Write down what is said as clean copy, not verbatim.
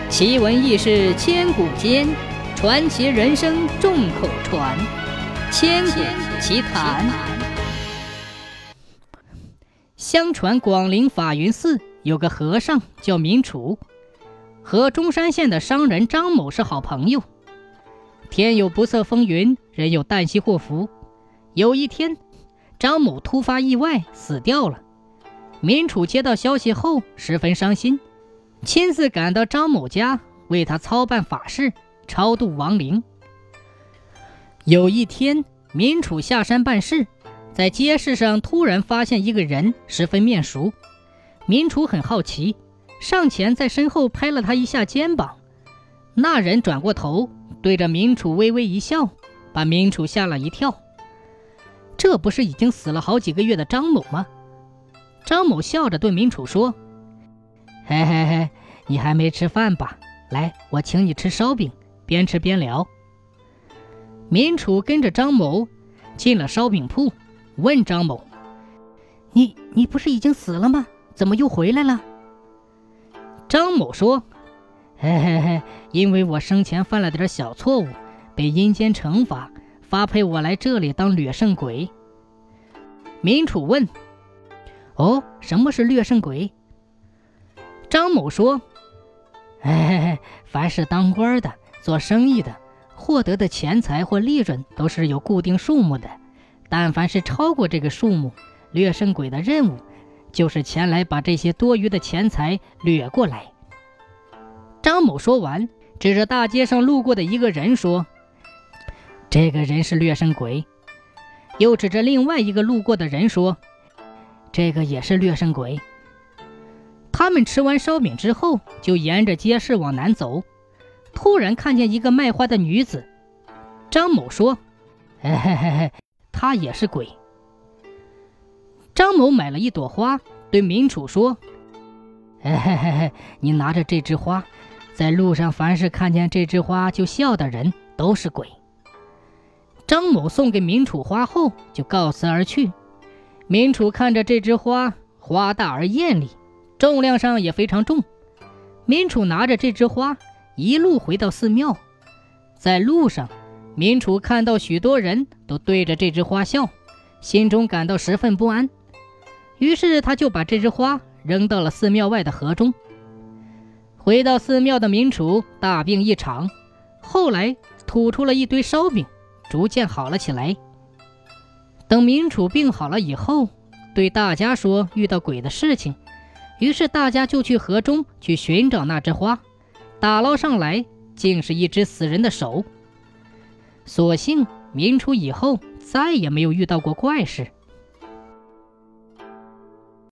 奇闻异事千古间，传奇人生众口传。千古奇谈。相传广陵法云寺有个和尚叫明楚，和中山县的商人张某是好朋友。天有不测风云，人有旦夕祸福。有一天，张某突发意外死掉了。明楚接到消息后十分伤心，亲自赶到张某家，为他操办法事，超度亡灵。有一天，明楚下山办事，在街市上突然发现一个人，十分面熟。明楚很好奇，上前在身后拍了他一下肩膀。那人转过头，对着明楚微微一笑，把明楚吓了一跳。这不是已经死了好几个月的张某吗？张某笑着对明楚说：嘿嘿嘿，你还没吃饭吧？来，我请你吃烧饼，边吃边聊。明楚跟着张某进了烧饼铺，问张某：你不是已经死了吗？怎么又回来了？张某说：嘿嘿嘿，因为我生前犯了点小错误，被阴间惩罚，发配我来这里当掠圣鬼。明楚问：哦，什么是掠圣鬼？张某说：凡是当官的、做生意的，获得的钱财或利润都是有固定数目的，但凡是超过这个数目，掠圣鬼的任务就是前来把这些多余的钱财掠过来。张某说完，指着大街上路过的一个人说：这个人是掠圣鬼。又指着另外一个路过的人说：这个也是掠圣鬼。他们吃完烧饼之后，就沿着街市往南走，突然看见一个卖花的女子。张某说：她也是鬼。张某买了一朵花，对明楚说：你拿着这枝花，在路上凡是看见这枝花就笑的人都是鬼。张某送给明楚花后就告辞而去。明楚看着这枝花，花大而艳丽，重量上也非常重。明楚拿着这枝花一路回到寺庙。在路上，明楚看到许多人都对着这枝花笑，心中感到十分不安。于是他就把这枝花扔到了寺庙外的河中。回到寺庙的明楚大病一场，后来吐出了一堆烧饼，逐渐好了起来。等明楚病好了以后，对大家说遇到鬼的事情，于是大家就去河中去寻找那枝花，打捞上来竟是一只死人的手。所幸明楚以后再也没有遇到过怪事。